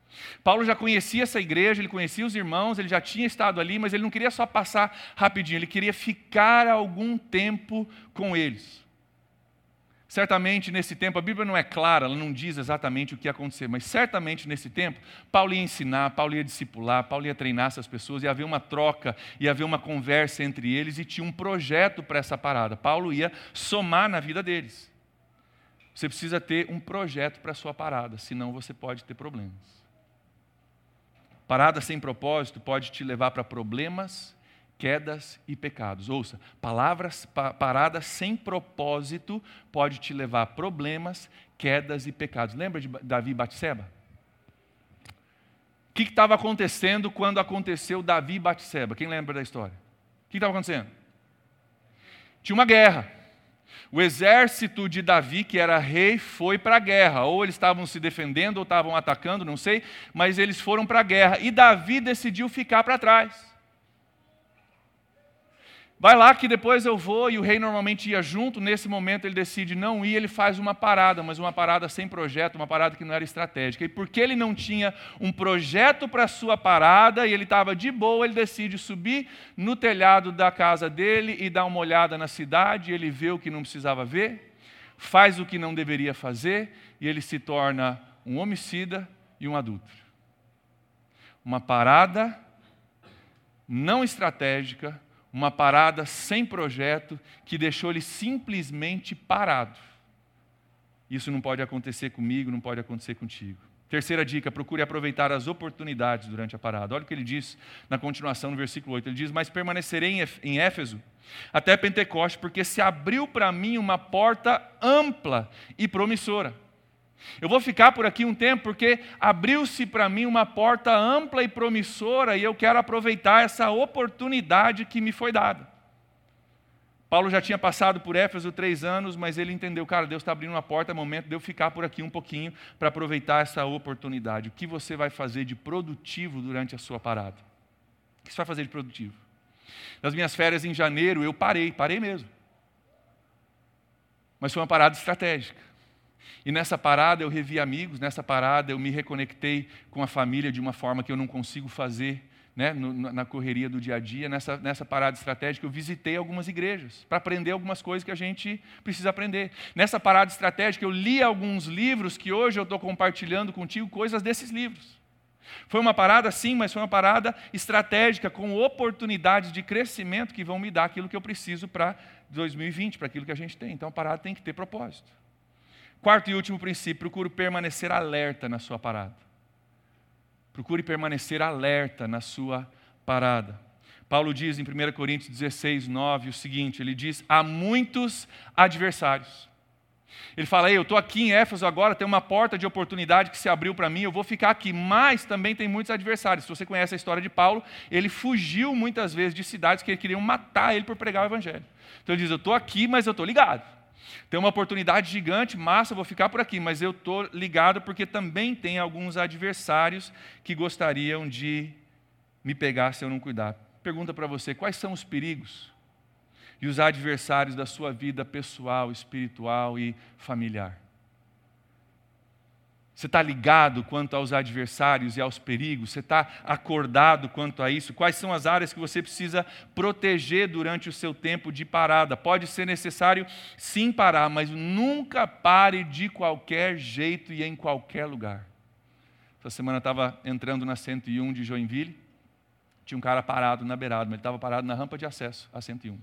Paulo já conhecia essa igreja, ele conhecia os irmãos, ele já tinha estado ali, mas ele não queria só passar rapidinho, ele queria ficar algum tempo com eles. Certamente nesse tempo, a Bíblia não é clara, ela não diz exatamente o que ia acontecer, mas certamente nesse tempo, Paulo ia ensinar, Paulo ia discipular, Paulo ia treinar essas pessoas, ia haver uma troca, ia haver uma conversa entre eles e tinha um projeto para essa parada. Paulo ia somar na vida deles. Você precisa ter um projeto para a sua parada, senão você pode ter problemas. Parada sem propósito pode te levar para problemas, quedas e pecados. Ouça, parada sem propósito pode te levar a problemas, quedas e pecados. Lembra de Davi e Batseba? O que estava acontecendo quando aconteceu Davi e Batseba? Quem lembra da história? O que estava acontecendo? Tinha uma guerra. O exército de Davi, que era rei, foi para a guerra. Ou eles estavam se defendendo, ou estavam atacando, não sei. Mas eles foram para a guerra. E Davi decidiu ficar para trás. Vai lá que depois eu vou, e o rei normalmente ia junto. Nesse momento ele decide não ir, ele faz uma parada, mas uma parada sem projeto, uma parada que não era estratégica. E porque ele não tinha um projeto para a sua parada, e ele estava de boa, ele decide subir no telhado da casa dele e dar uma olhada na cidade. Ele vê o que não precisava ver, faz o que não deveria fazer, e ele se torna um homicida e um adúltero. Uma parada não estratégica, uma parada sem projeto que deixou ele simplesmente parado. Isso não pode acontecer comigo, não pode acontecer contigo. Terceira dica, procure aproveitar as oportunidades durante a parada. Olha o que ele diz na continuação no versículo 8. Ele diz, mas permanecerei em Éfeso até Pentecoste, porque se abriu para mim uma porta ampla e promissora. Eu vou ficar por aqui um tempo porque abriu-se para mim uma porta ampla e promissora e eu quero aproveitar essa oportunidade que me foi dada. Paulo já tinha passado por Éfeso 3 anos, mas ele entendeu, cara, Deus está abrindo uma porta, é momento de eu ficar por aqui um pouquinho para aproveitar essa oportunidade. O que você vai fazer de produtivo durante a sua parada? O que você vai fazer de produtivo? Nas minhas férias em janeiro eu parei mesmo. Mas foi uma parada estratégica. E nessa parada eu revi amigos, nessa parada eu me reconectei com a família de uma forma que eu não consigo fazer, né, na correria do dia a dia. Nessa parada estratégica eu visitei algumas igrejas para aprender algumas coisas que a gente precisa aprender. Nessa parada estratégica eu li alguns livros que hoje eu estou compartilhando contigo, coisas desses livros. Foi uma parada sim, mas foi uma parada estratégica, com oportunidades de crescimento que vão me dar aquilo que eu preciso para 2020, para aquilo que a gente tem. Então a parada tem que ter propósito. Quarto e último princípio, procure permanecer alerta na sua parada. Procure permanecer alerta na sua parada. Paulo diz em 1 Coríntios 16, 9 o seguinte, ele diz, há muitos adversários. Ele fala, eu estou aqui em Éfeso agora, tem uma porta de oportunidade que se abriu para mim, eu vou ficar aqui, mas também tem muitos adversários. Se você conhece a história de Paulo, ele fugiu muitas vezes de cidades que queriam matar ele por pregar o evangelho. Então ele diz, eu estou aqui, mas eu estou ligado. Tem uma oportunidade gigante, massa, vou ficar por aqui, mas eu estou ligado porque também tem alguns adversários que gostariam de me pegar se eu não cuidar. Pergunta para você, quais são os perigos e os adversários da sua vida pessoal, espiritual e familiar? Você está ligado quanto aos adversários e aos perigos? Você está acordado quanto a isso? Quais são as áreas que você precisa proteger durante o seu tempo de parada? Pode ser necessário sim parar, mas nunca pare de qualquer jeito e em qualquer lugar. Essa semana eu estava entrando na 101 de Joinville, tinha um cara parado na beirada, mas ele estava parado na rampa de acesso à 101.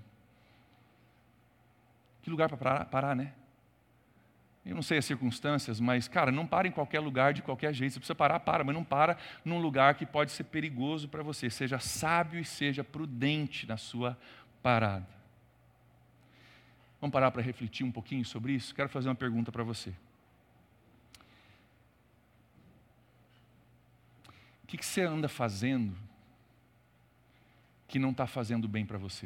Que lugar para parar, né? Eu não sei as circunstâncias, mas, cara, não para em qualquer lugar, de qualquer jeito. Você precisa parar, para, mas não para num lugar que pode ser perigoso para você. Seja sábio e seja prudente na sua parada. Vamos parar para refletir um pouquinho sobre isso? Quero fazer uma pergunta para você. O que você anda fazendo que não está fazendo bem para você?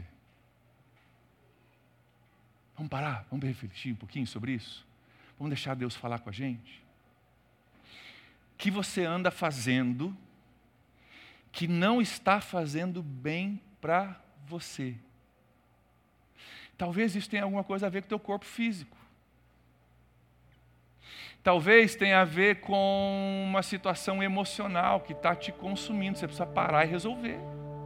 Vamos parar, vamos refletir um pouquinho sobre isso? Vamos deixar Deus falar com a gente? O que você anda fazendo que não está fazendo bem para você? Talvez isso tenha alguma coisa a ver com o teu corpo físico. Talvez tenha a ver com uma situação emocional que está te consumindo. Você precisa parar e resolver.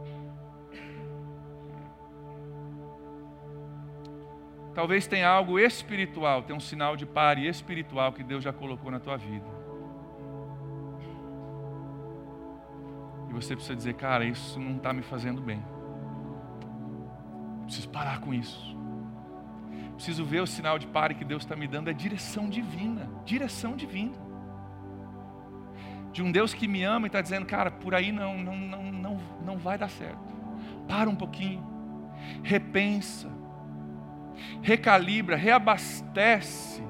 Talvez tenha algo espiritual, tem um sinal de pare espiritual que Deus já colocou na tua vida. E você precisa dizer, cara, isso não está me fazendo bem. Preciso parar com isso. Preciso ver o sinal de pare que Deus está me dando, é direção divina. Direção divina. De um Deus que me ama e está dizendo, cara, por aí não vai dar certo. Para um pouquinho. Repensa. Recalibra, reabastece.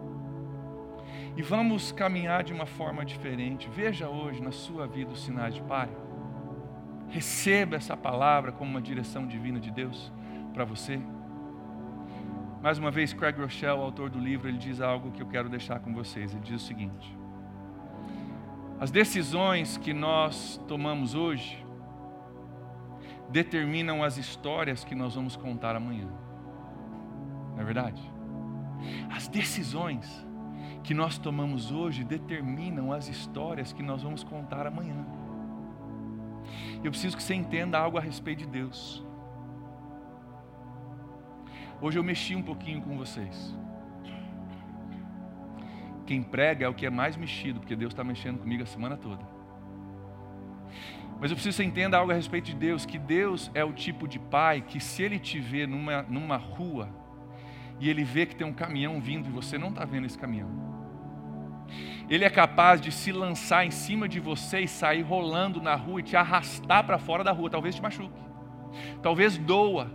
E vamos caminhar de uma forma diferente. Veja hoje na sua vida os sinais de pare. Receba essa palavra como uma direção divina de Deus para você. Mais uma vez, Craig Rochelle, autor do livro, ele diz algo que eu quero deixar com vocês. Ele diz o seguinte: as decisões que nós tomamos hoje determinam as histórias que nós vamos contar amanhã. Não é verdade? As decisões que nós tomamos hoje determinam as histórias que nós vamos contar amanhã. Eu preciso que você entenda algo a respeito de Deus. Hoje eu mexi um pouquinho com vocês. Quem prega é o que é mais mexido, porque Deus está mexendo comigo a semana toda. Mas eu preciso que você entenda algo a respeito de Deus, que Deus é o tipo de pai que, se Ele te vê numa rua e Ele vê que tem um caminhão vindo e você não está vendo esse caminhão, Ele é capaz de se lançar em cima de você e sair rolando na rua e te arrastar para fora da rua. Talvez te machuque, talvez doa,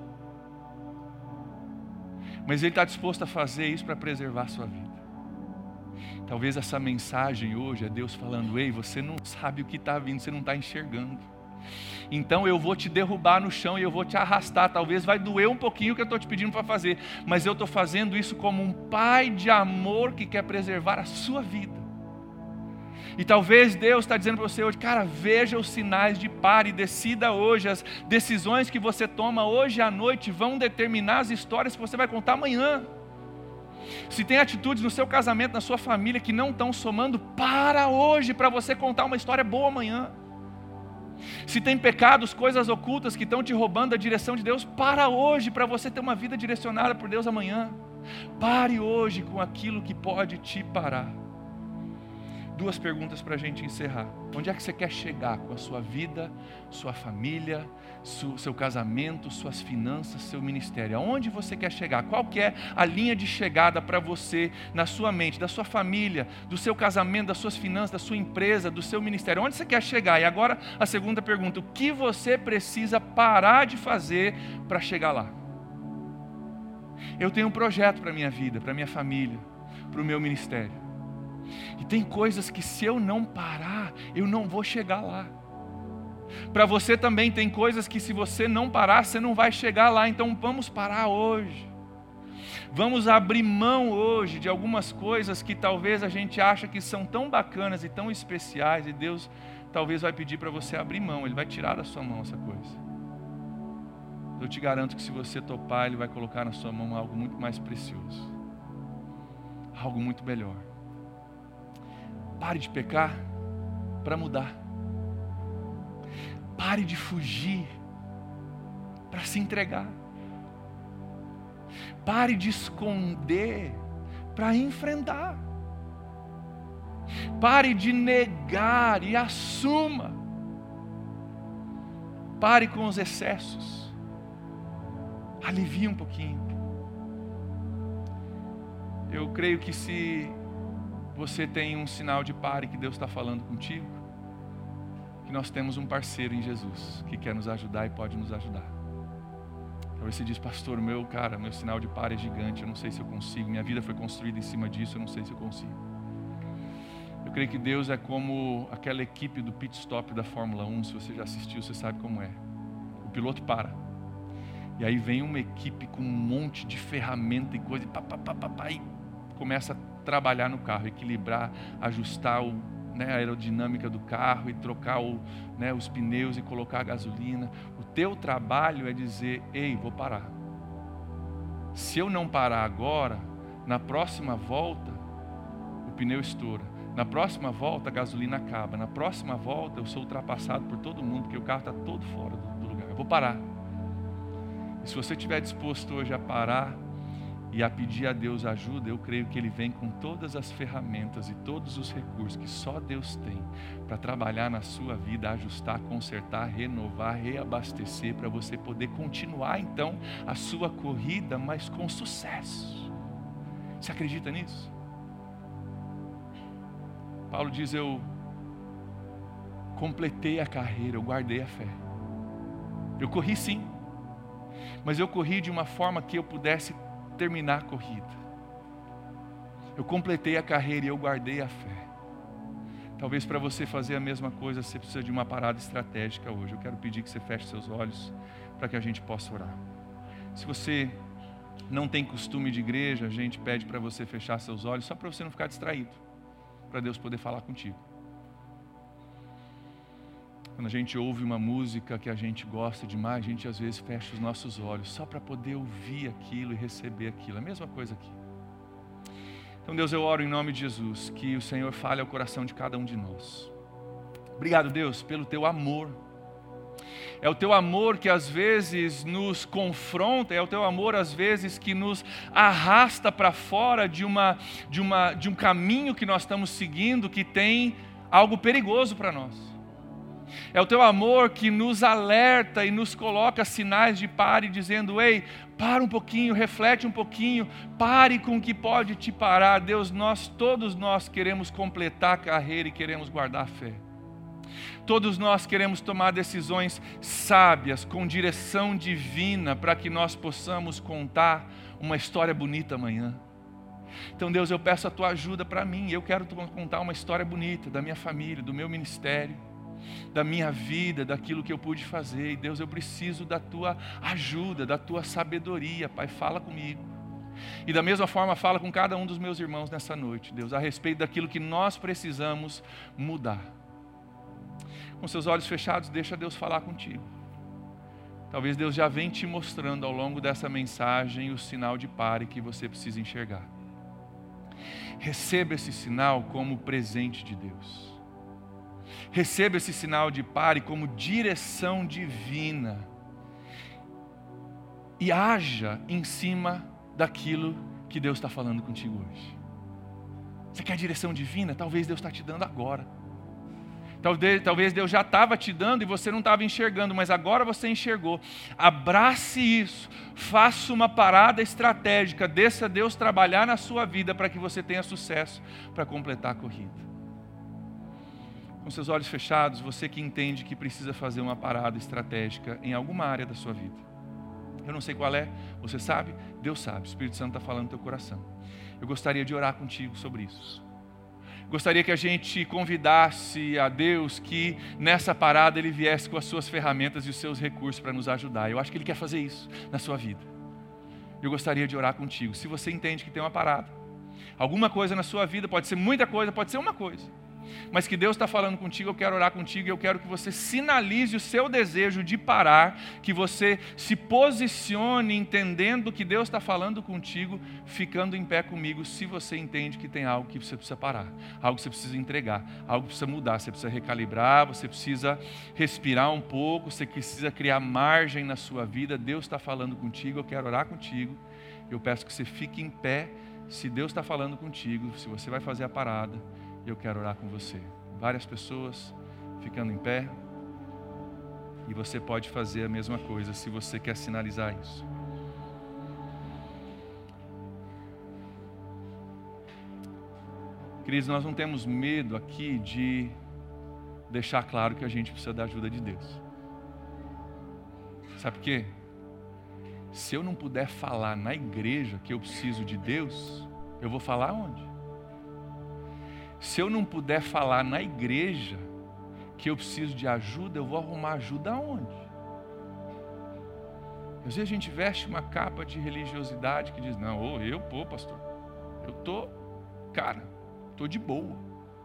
mas Ele está disposto a fazer isso para preservar a sua vida. Talvez essa mensagem hoje é Deus falando, ei, você não sabe o que está vindo, você não está enxergando. Então eu vou te derrubar no chão e eu vou te arrastar. Talvez vai doer um pouquinho o que eu estou te pedindo para fazer, mas eu estou fazendo isso como um pai de amor que quer preservar a sua vida. E talvez Deus está dizendo para você hoje, cara, veja os sinais de pare e decida hoje. As decisões que você toma hoje à noite vão determinar as histórias que você vai contar amanhã. Se tem atitudes no seu casamento, na sua família que não estão somando, para hoje para você contar uma história boa amanhã. Se tem pecados, coisas ocultas que estão te roubando a direção de Deus, para hoje para você ter uma vida direcionada por Deus amanhã. Pare hoje com aquilo que pode te parar. Duas perguntas para a gente encerrar. Onde é que você quer chegar com a sua vida, sua família, seu casamento, suas finanças, seu ministério? Aonde você quer chegar? Qual que é a linha de chegada para você, na sua mente, da sua família, do seu casamento, das suas finanças, da sua empresa, do seu ministério? Onde você quer chegar? E agora a segunda pergunta: o que você precisa parar de fazer para chegar lá? Eu tenho um projeto para a minha vida, para a minha família, para o meu ministério. E tem coisas que, se eu não parar, eu não vou chegar lá. Para você também tem coisas que, se você não parar, você não vai chegar lá. Então vamos parar hoje. Vamos abrir mão hoje de algumas coisas que talvez a gente acha que são tão bacanas e tão especiais, e Deus talvez vai pedir para você abrir mão. Ele vai tirar da sua mão essa coisa. Eu te garanto que, se você topar, Ele vai colocar na sua mão algo muito mais precioso, algo muito melhor. Pare de pecar para mudar. Pare de fugir para se entregar. Pare de esconder para enfrentar. Pare de negar e assuma. Pare com os excessos. Alivie um pouquinho. Eu creio que, se você tem um sinal de pare que Deus está falando contigo, que nós temos um parceiro em Jesus que quer nos ajudar e pode nos ajudar. Talvez você diz, pastor, meu sinal de pare é gigante, eu não sei se eu consigo, minha vida foi construída em cima disso, eu não sei se eu consigo. Eu creio que Deus é como aquela equipe do pit stop da Fórmula 1, se você já assistiu, você sabe como é. O piloto para, e aí vem uma equipe com um monte de ferramenta e coisa, e começa a trabalhar no carro, equilibrar, ajustar a aerodinâmica do carro e trocar os pneus e colocar a gasolina. O teu trabalho é dizer, ei, vou parar. Se eu não parar agora, na próxima volta, o pneu estoura. Na próxima volta a gasolina acaba. Na próxima volta eu sou ultrapassado por todo mundo, porque o carro está todo fora do lugar. Eu vou parar. E se você estiver disposto hoje a parar e a pedir a Deus ajuda, eu creio que Ele vem com todas as ferramentas e todos os recursos que só Deus tem para trabalhar na sua vida, ajustar, consertar, renovar, reabastecer, para você poder continuar então a sua corrida, mas com sucesso. Você acredita nisso? Paulo diz, eu completei a carreira, eu guardei a fé. Eu corri sim, mas eu corri de uma forma que eu pudesse terminar a corrida. Eu completei a carreira e eu guardei a fé. Talvez para você fazer a mesma coisa, você precisa de uma parada estratégica hoje. Eu quero pedir que você feche seus olhos para que a gente possa orar. Se você não tem costume de igreja, a gente pede para você fechar seus olhos, só para você não ficar distraído, para Deus poder falar contigo. Quando a gente ouve uma música que a gente gosta demais, a gente às vezes fecha os nossos olhos só para poder ouvir aquilo e receber aquilo. É a mesma coisa aqui. Então, Deus, eu oro em nome de Jesus, que o Senhor fale ao coração de cada um de nós. Obrigado, Deus, pelo Teu amor. É o Teu amor que às vezes nos confronta, é o Teu amor às vezes que nos arrasta para fora de um caminho que nós estamos seguindo que tem algo perigoso para nós. É o Teu amor que nos alerta e nos coloca sinais de pare, dizendo, ei, para um pouquinho, reflete um pouquinho, pare com o que pode te parar. Deus, todos nós queremos completar a carreira e queremos guardar a fé. Todos nós queremos tomar decisões sábias, com direção divina, para que nós possamos contar uma história bonita amanhã. Então, Deus, eu peço a Tua ajuda para mim. Eu quero contar uma história bonita da minha família, do meu ministério, da minha vida, daquilo que eu pude fazer. E Deus, eu preciso da Tua ajuda, da Tua sabedoria. Pai, fala comigo. E da mesma forma fala com cada um dos meus irmãos nessa noite, Deus, a respeito daquilo que nós precisamos mudar. Com seus olhos fechados, deixa Deus falar contigo. Talvez Deus já venha te mostrando ao longo dessa mensagem o sinal de pare que você precisa enxergar. Receba esse sinal como presente de Deus. Receba esse sinal de pare como direção divina. E haja em cima daquilo que Deus está falando contigo hoje. Você quer direção divina? Talvez Deus está te dando agora. Talvez Deus já estava te dando e você não estava enxergando, mas agora você enxergou. Abrace isso, faça uma parada estratégica, deixa Deus trabalhar na sua vida para que você tenha sucesso para completar a corrida. Com seus olhos fechados, você que entende que precisa fazer uma parada estratégica em alguma área da sua vida. Eu não sei qual é, você sabe? Deus sabe, o Espírito Santo está falando no teu coração. Eu gostaria de orar contigo sobre isso. Gostaria que a gente convidasse a Deus que nessa parada Ele viesse com as suas ferramentas e os seus recursos para nos ajudar. Eu acho que Ele quer fazer isso na sua vida. Eu gostaria de orar contigo. Se você entende que tem uma parada, alguma coisa na sua vida, pode ser muita coisa, pode ser uma coisa, mas que Deus está falando contigo, eu quero orar contigo e eu quero que você sinalize o seu desejo de parar, que você se posicione entendendo que Deus está falando contigo, ficando em pé comigo, se você entende que tem algo que você precisa parar, algo que você precisa entregar, algo que precisa mudar, você precisa recalibrar, você precisa respirar um pouco, você precisa criar margem na sua vida. Deus está falando contigo, eu quero orar contigo, eu peço que você fique em pé. Se Deus está falando contigo, se você vai fazer a parada, eu quero orar com você. Várias pessoas ficando em pé. E você pode fazer a mesma coisa se você quer sinalizar isso. Queridos, nós não temos medo aqui de deixar claro que a gente precisa da ajuda de Deus. Sabe por quê? Se eu não puder falar na igreja que eu preciso de Deus, eu vou falar onde? Se eu não puder falar na igreja que eu preciso de ajuda, eu vou arrumar ajuda aonde? Às vezes a gente veste uma capa de religiosidade que diz, não, pastor, eu tô de boa.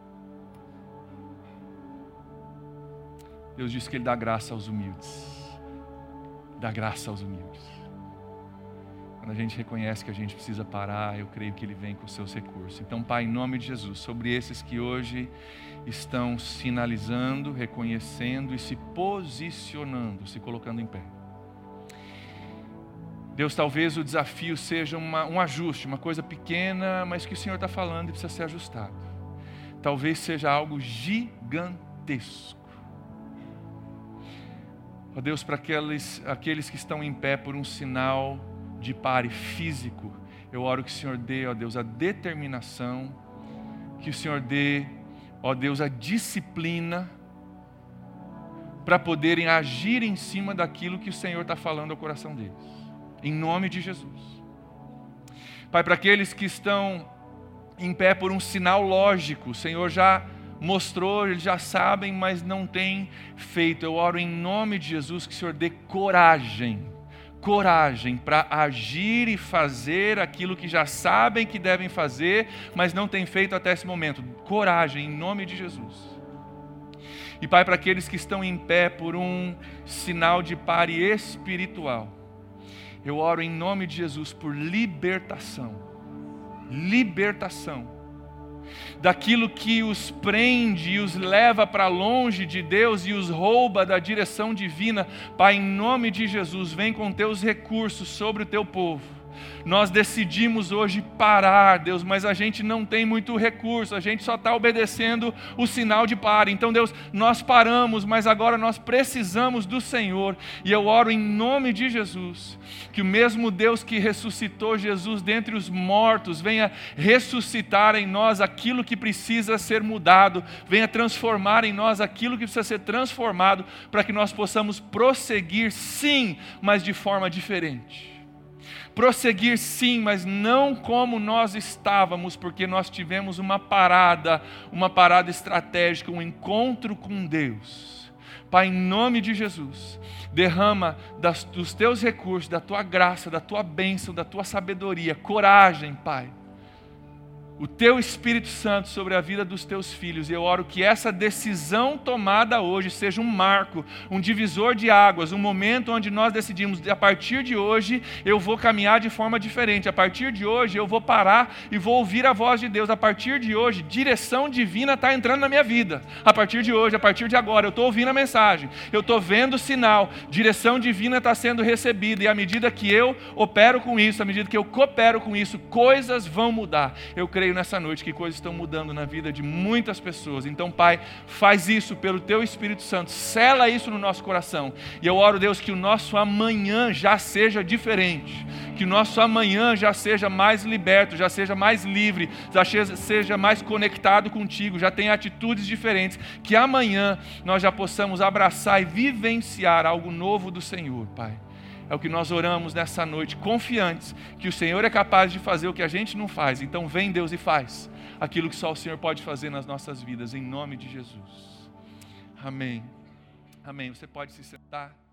Deus diz que Ele dá graça aos humildes. Dá graça aos humildes. Quando a gente reconhece que a gente precisa parar, eu creio que Ele vem com os seus recursos. Então, Pai, em nome de Jesus, sobre esses que hoje estão sinalizando, reconhecendo e se posicionando, se colocando em pé. Deus, talvez o desafio seja um ajuste, uma coisa pequena, mas que o Senhor está falando e precisa ser ajustado. Talvez seja algo gigantesco. Ó Deus, para aqueles que estão em pé por um sinal de pare físico, eu oro que o Senhor dê, ó Deus, a determinação, que o Senhor dê, ó Deus, a disciplina para poderem agir em cima daquilo que o Senhor está falando ao coração deles, em nome de Jesus. Pai, para aqueles que estão em pé por um sinal lógico, o Senhor já mostrou, eles já sabem, mas não têm feito, eu oro em nome de Jesus que o Senhor dê coragem para agir e fazer aquilo que já sabem que devem fazer, mas não têm feito até esse momento. Coragem, em nome de Jesus. E Pai, para aqueles que estão em pé por um sinal de pare espiritual, eu oro em nome de Jesus por libertação daquilo que os prende e os leva para longe de Deus e os rouba da direção divina. Pai, em nome de Jesus, vem com teus recursos sobre o teu povo. Nós decidimos hoje parar, Deus, mas a gente não tem muito recurso, a gente só está obedecendo o sinal de pare. Então, Deus, nós paramos, mas agora nós precisamos do Senhor. E eu oro em nome de Jesus, que o mesmo Deus que ressuscitou Jesus dentre os mortos, venha ressuscitar em nós aquilo que precisa ser mudado, venha transformar em nós aquilo que precisa ser transformado, para que nós possamos prosseguir sim, mas de forma diferente. Prosseguir sim, mas não como nós estávamos, porque nós tivemos uma parada estratégica, um encontro com Deus. Pai, em nome de Jesus, derrama dos teus recursos, da tua graça, da tua bênção, da tua sabedoria, coragem, Pai. O teu Espírito Santo sobre a vida dos teus filhos. E eu oro que essa decisão tomada hoje seja um marco, um divisor de águas, um momento onde nós decidimos, a partir de hoje eu vou caminhar de forma diferente, a partir de hoje eu vou parar e vou ouvir a voz de Deus, a partir de hoje direção divina está entrando na minha vida, a partir de hoje, a partir de agora, eu estou ouvindo a mensagem, eu estou vendo o sinal, direção divina está sendo recebida, e à medida que eu opero com isso, à medida que eu coopero com isso, coisas vão mudar. Eu creio nessa noite que coisas estão mudando na vida de muitas pessoas. Então, Pai, faz isso pelo Teu Espírito Santo, sela isso no nosso coração. E eu oro, Deus, que o nosso amanhã já seja diferente, que o nosso amanhã já seja mais liberto, já seja mais livre, já seja mais conectado contigo, já tenha atitudes diferentes, que amanhã nós já possamos abraçar e vivenciar algo novo do Senhor, Pai. É o que nós oramos nessa noite, confiantes que o Senhor é capaz de fazer o que a gente não faz. Então vem, Deus, e faz aquilo que só o Senhor pode fazer nas nossas vidas, em nome de Jesus. Amém. Amém. Você pode se sentar.